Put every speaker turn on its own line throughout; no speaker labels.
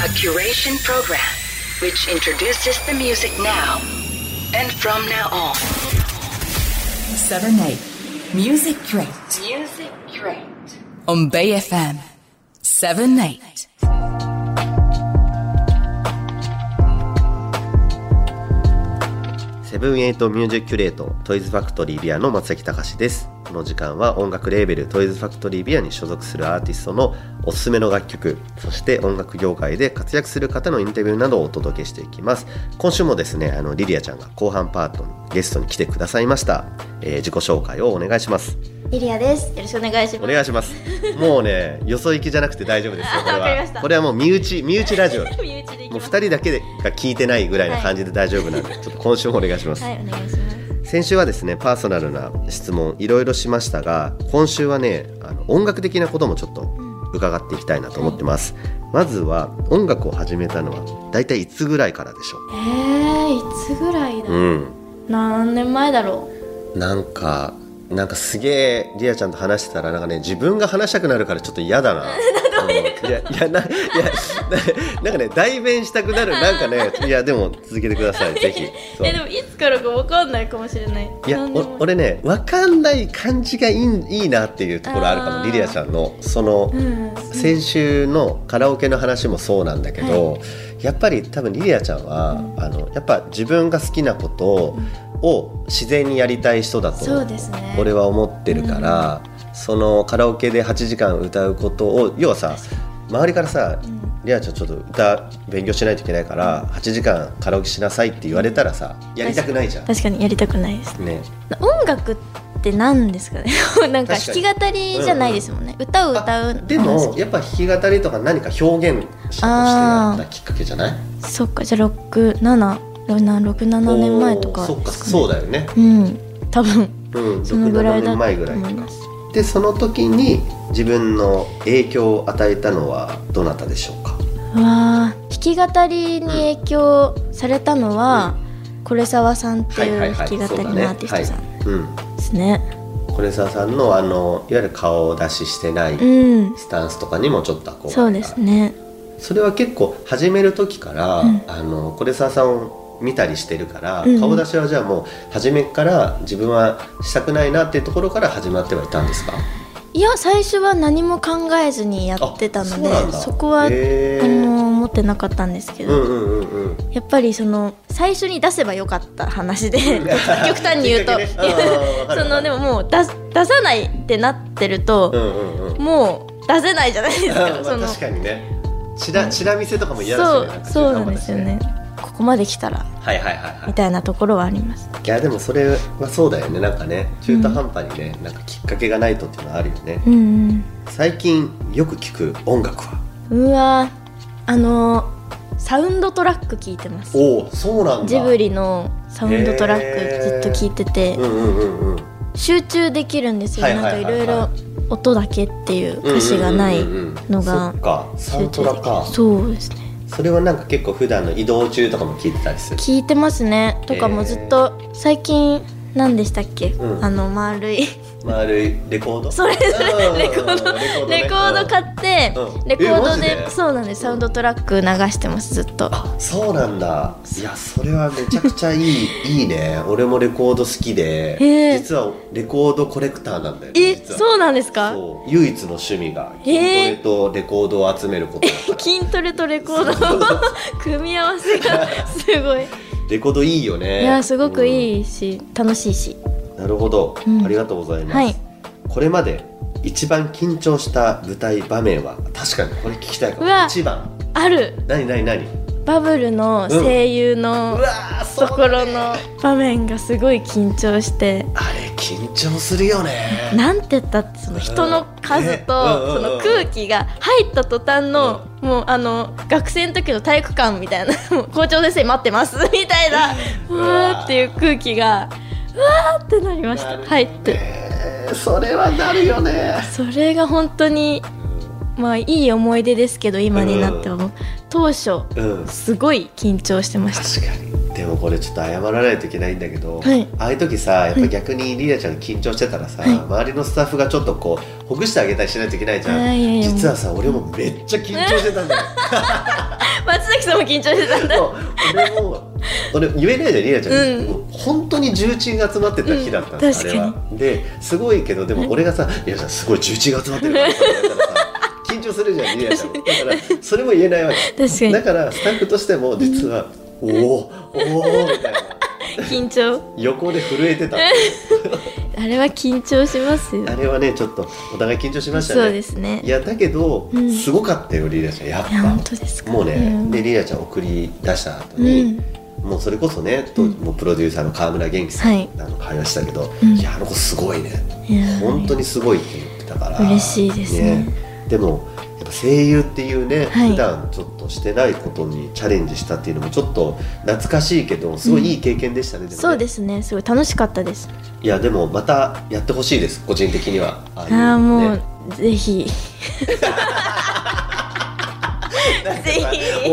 A curation program which introduces the music now and from now on.
7-8 Music Crate.
Music Crate.
On Bay FM 7-8.
セブンエイトミュージックキュレートトイズファクトリービアの松崎隆です。この時間は音楽レーベルトイズファクトリービアに所属するアーティストのおすすめの楽曲、そして音楽業界で活躍する方のインタビューなどをお届けしていきます。今週もですね、リリアちゃんが後半パートにゲストに来てくださいました。自己紹介をお願いします。
リリアです。よろしくお願いします。
お願いします。もうね、よそ行きじゃなくて大丈夫ですよ。これはもう身内ラジオ。もう2人だけが聞いてないぐらいの感じで大丈夫なんで、ちょっと今週もお願いします。
はい、お願いします。
先週はですね、パーソナルな質問いろいろしましたが、今週はね、音楽的なこともちょっと伺っていきたいなと思ってます。まずは音楽を始めたのはだいたいいつぐらいからでしょう？
いつぐらいだろう、何年前だろ
う。なんかすげえリアちゃんと話してたらなんかね、自分が話したくなるからちょっと嫌だな。なんかね、代弁したくなる。なんかね、いやでも続けてくださいぜひ。
でもいつからか分かんないかもしれない。
いや俺ね、分かんない感じがいいなっていうところあるかも。リリアちゃんのその、先週のカラオケの話もそうなんだけど、やっぱり多分リリアちゃんは、やっぱ自分が好きなことを自然にやりたい人だと俺は思ってるから、そのカラオケで8時間歌うことを、要はさ、周りからさ、リアちゃんちょっと歌勉強しないといけないから8時間カラオケしなさいって言われたらさ、やりたくないじゃん。
確かにやりたくないですね。音楽って何ですかね。なんか弾き語りじゃないですもんね。歌を歌う。
でもやっぱ弾き語りとか何か表現者としてやったきっかけじゃない？そっか、
じゃあ6,7年前とかですかね。
そうだよね。
多分、そのぐらいだと思います。
でその時に自分の影響を与えたのはどなたでしょうか？
弾き語りに影響されたのは、是澤さんっていう弾き語りのアーティストさんですね。
是澤さんのいわゆる顔出ししてないスタンスとかにもちょっと憧れた。
そうですね。
それは結構始める時から、是澤さんを見たりしてるから、顔出しはじゃあもう初めから自分はしたくないなっていうところから始まってはいたんですか？
いや、最初は何も考えずにやってたので、そこは思ってなかったんですけど、やっぱりその最初に出せばよかった話で極端に言うとでももう出さないってなってると、もう出せないじゃないですか。
確かにね、チラ見せとかも嫌だしね。
そうなんですよね。ここまで来たらみたいなところはあります。
いやでもそれはそうだよね。なんかね、中途半端にね、なんかきっかけがないとっていうのはあるよね。最近よく聞く音楽は？
サウンドトラック聞いてます。
そうなんだ。
ジブリのサウンドトラックずっと聞いてて、集中できるんですよ。なんかいろいろ音だけっていう歌詞がないのが集中できる。そうですね。
それはなんか結構普段の移動中とかも聞いてたりする？
聞いてますね。とかもずっと最近何でしたっけ、
丸いレコード。
それレコード買って、レコードでそうなんです。サウンドトラック流してます、ずっと。
そうなんだ。いや、それはめちゃくちゃいいね。俺もレコード好きで、実はレコードコレクターなんだよね。
そうなんですか？
唯一の趣味が筋トレとレコードを集めることだから。
筋トレとレコードの組み合わせがすごい。
レコードいいよね。
いや、すごくいいし、楽しいし。
なるほど、ありがとうございます。これまで一番緊張した舞台場面は？確かにこれ聞きたいかも。一番
ある。
何？
バブルの声優のところの場面がすごい緊張して、
あれ緊張するよね。
なんて言ったってその人の数とその空気が入った途端の、もう学生の時の体育館みたいな校長先生待ってますみたいなうわーっていう空気がうわーってなりました。入って、
それはなるよね。
それが本当にいい思い出ですけど、今になってはもう当初、すごい緊張してました。
確かにでもこれちょっと謝らないといけないんだけど、
はい、
ああいう時さやっぱ逆にリリアちゃん緊張してたらさ、はい、周りのスタッフがちょっとこうほぐしてあげたりしないといけないじゃん。実はさ俺もめっちゃ緊張してたんだよ
松崎さんも緊張してたんだ。
俺言えないじゃんリリアちゃん、もう本当に重鎮が集まってた日だったんです、あれは。ですごいけどでも俺がさリリアちゃんすごい重鎮が集まってるからさ緊張するじゃんリリアちゃんも。だからそれも言えないわけ。確かに。だからスタッフとしても実は、おおみたいな
緊張
横で震えてた
あれは緊張しますよ。
あれはねちょっとお互い緊張しましたね。
そうですね。
いやだけど、すごかったよリリアちゃんやっぱ。
本当ですか。
もうね、でリリアちゃん送り出した後に、もうそれこそね、もうプロデューサーの川村元気さん、会話したけど、いやあの子すごいね、本当にすごいって言ってたから
嬉しいですね。
でもやっぱ声優っていうね、普段ちょっとしてないことにチャレンジしたっていうのもちょっと懐かしいけどすごいいい経験でしたね。でもね、そう
ですね、すごい楽しかったです。
いやでもまたやってほしいです個人的には。
もうぜひぜひ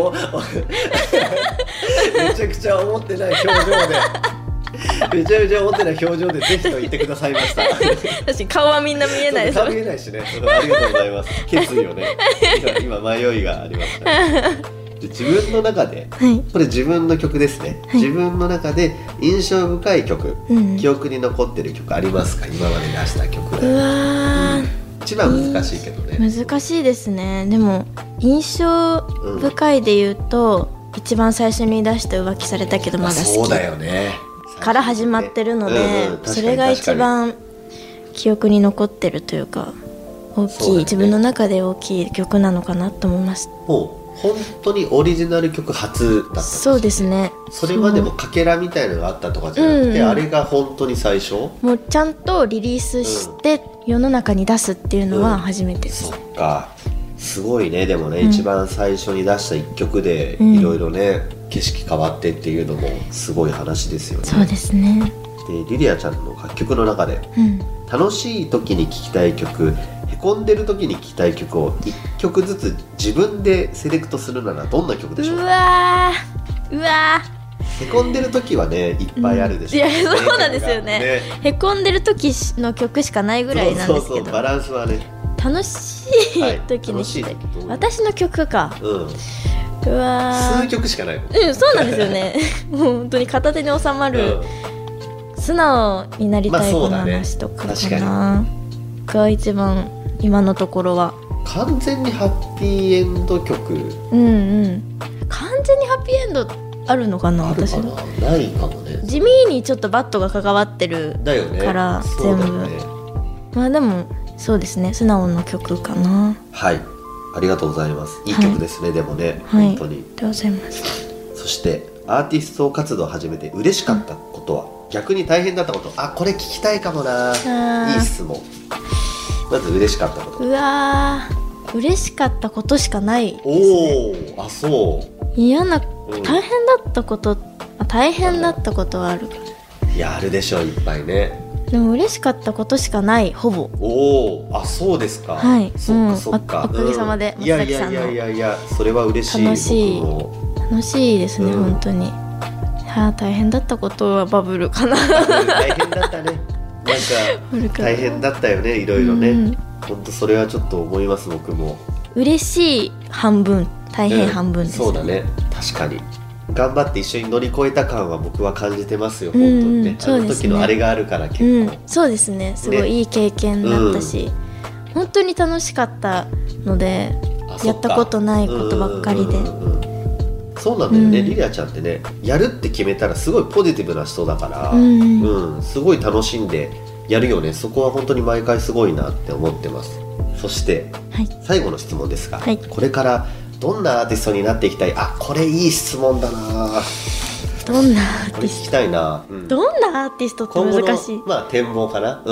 めちゃくちゃ思ってない表情でめちゃめちゃ思ってない表情でぜひと言ってくださいました
確かに顔はみんな見えないです。
顔見えないしね。ありがとうございます。決意をね今迷いがありましたね。で自分の中で、これ自分の曲ですね、自分の中で印象深い曲、記憶に残ってる曲ありますか？今まで出した曲で。
うわ、
一番難しいけどね。
難しいですね。でも印象深いで言うと、一番最初に出した浮気されたけどまだ好き、
そうだよね
から始まってるので、それが一番記憶に残ってるというか大きい、自分の中で大きい曲なのかなと思います。
もう本当にオリジナル曲初だったんです。
そうですね。
それまでもかけらみたいなのがあったとかじゃなくて、あれが本当に最初、
もうちゃんとリリースして世の中に出すっていうのは初めてです。
そっか、すごいね。でもね、一番最初に出した一曲でいろいろね、景色変わってっていうのもすごい話ですよね。
そうですね。
でリリアちゃんの楽曲の中で、楽しい時に聴きたい曲、へこんでる時に聴きたい曲を1曲ずつ自分でセレクトするならどんな曲でしょうか？うわへこんでる時はねいっぱいあるでしょ、
いやそうなんですよ ね。へこんでる時の曲しかないぐらいなんですけど、
そうバランスはね、
楽しい時に聴きたい、私の曲か、うわ
数曲しかないの。
そうなんですよねもう本当に片手に収まる、素直になりたい子の話とかかな、が一番今のところは。
完全にハッピーエンド曲、
完全にハッピーエンドあるのかな？私は
ないかもね。
地味にちょっとバットが関わってるから、全部、まあでもそうですね、素直な曲かな。
はい、ありがとうございます。いい曲ですね、でもね、本当に。あり
がとうございます。
そしてアーティスト活動を始めて嬉しかったことは、逆に大変だったこと。これ聞きたいかもな。いい質問。まず嬉しかったこと。
嬉しかったことしかないですね。
そう。
嫌な、大変だったこと、大変だったことはあるか。
いや、あるでしょう、いっぱいね。
でも嬉しかったことしかない、ほぼ。
そうですか。
はい、
そっか。
おかげさまで、松崎さんの。
いや、それは嬉しい。
楽しいですね、本当に。大変だったことはバブルかな。
大変だったね。なんか大変だったよね、いろいろね。本当それはちょっと思います、僕も。
嬉しい半分、大変半分です、
そうだね、確かに。頑張って一緒に乗り越えた感は僕は感じてますよ、本当にね。あの時のあれがあるから結構。そうですね、
すごいいい経験だったし、本当に楽しかったので、やったことないことばっかりで。
そうなんだよね、リリアちゃんってね、やるって決めたらすごいポジティブな人だから、すごい楽しんでやるよね。そこは本当に毎回すごいなって思ってます。そして、最後の質問ですが、これからどんなアーティストになっていきたい？これいい質問だな。
どんなアーティスト？
これ聞きたいな。
どんなアーティストって難しい。
今後の展望かな。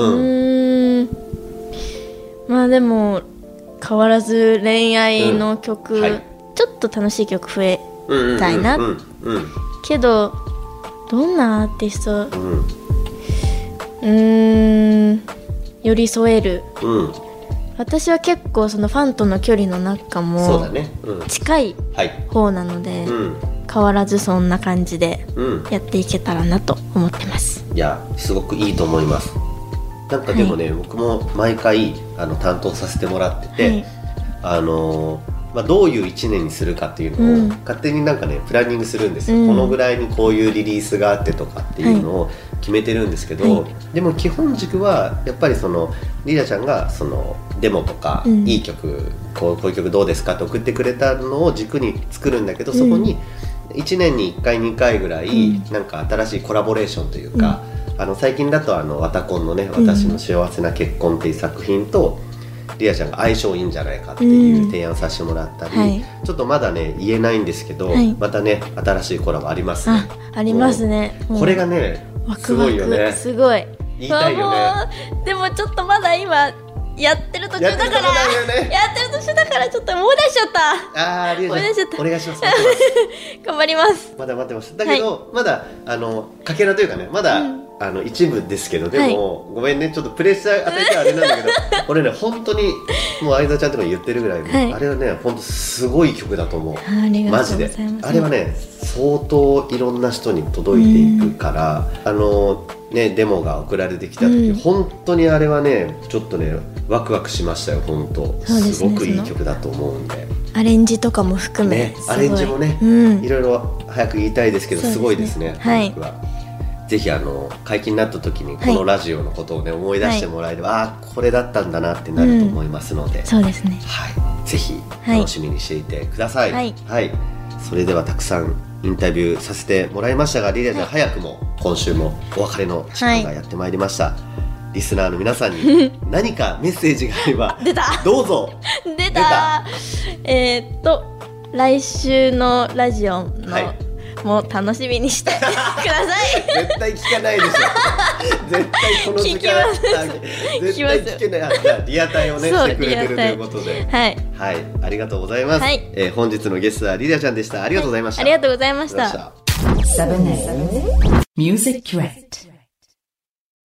まあでも変わらず恋愛の曲、ちょっと楽しい曲増えたいな。けどどんなアーティスト、寄り添える、私は結構そのファンとの距離の中も近い方なので、 変わらずそんな感じでやっていけたらなと思ってます。
いやすごくいいと思います。なんかでもね、僕も毎回担当させてもらってて、どういう1年にするかっていうのを勝手になんかねプランニングするんですよ、このぐらいにこういうリリースがあってとかっていうのを決めてるんですけど、でも基本軸はやっぱりそのリリアちゃんがそのデモとか、いい曲こういう曲どうですかって送ってくれたのを軸に作るんだけど、そこに1年に1回2回ぐらいなんか新しいコラボレーションというか、最近だとワタコンのね私の幸せな結婚っていう作品と、リアちゃんが相性いいんじゃないかっていう提案させてもらったり、ちょっとまだね言えないんですけど、またね新しいコラボありますね。
ありますね。
これがねすごいよね。
すごい
言いたいよね。
でもちょっとまだ今やってる途中だから、ちょっと思い出しちゃった。
リアちゃんお願いします。
頑張ります。
まだ待ってます。だけど、まだかけらというかね、まだ、一部ですけど、でも、ごめんね、ちょっとプレッシャー与えてあれなんだけど、俺ね本当にもう相沢ちゃんとか言ってるぐらい、あれはね本当すごい曲だと思う。マジであれはね相当いろんな人に届いていくから、デモが送られてきた時、本当にあれはねちょっとねワクワクしましたよ。本当すごくいい曲だと思うんで、
アレンジとかも含め、
アレンジもね、いろいろ早く言いたいですけど、すごいですね。僕はぜひ解禁になった時にこのラジオのことをね思い出してもらえれば、これだったんだなってなると思いますので、
そうですね。
ぜひ楽しみにしていてください。それではたくさんインタビューさせてもらいましたが、リリアちゃん、早くも今週もお別れの時間がやってまいりました。リスナーの皆さんに何かメッセージがあればどうぞ。
出た。来週のラジオの、もう楽しみにしてください。
絶対聞かないでしょ。絶対この時間絶対聞けない。じゃあリアタイをねしてくれてるということで、ありがとうございます。本日のゲストはリリアちゃんでした。ありがとうございました。
ありがとうございました。
7 Music Crate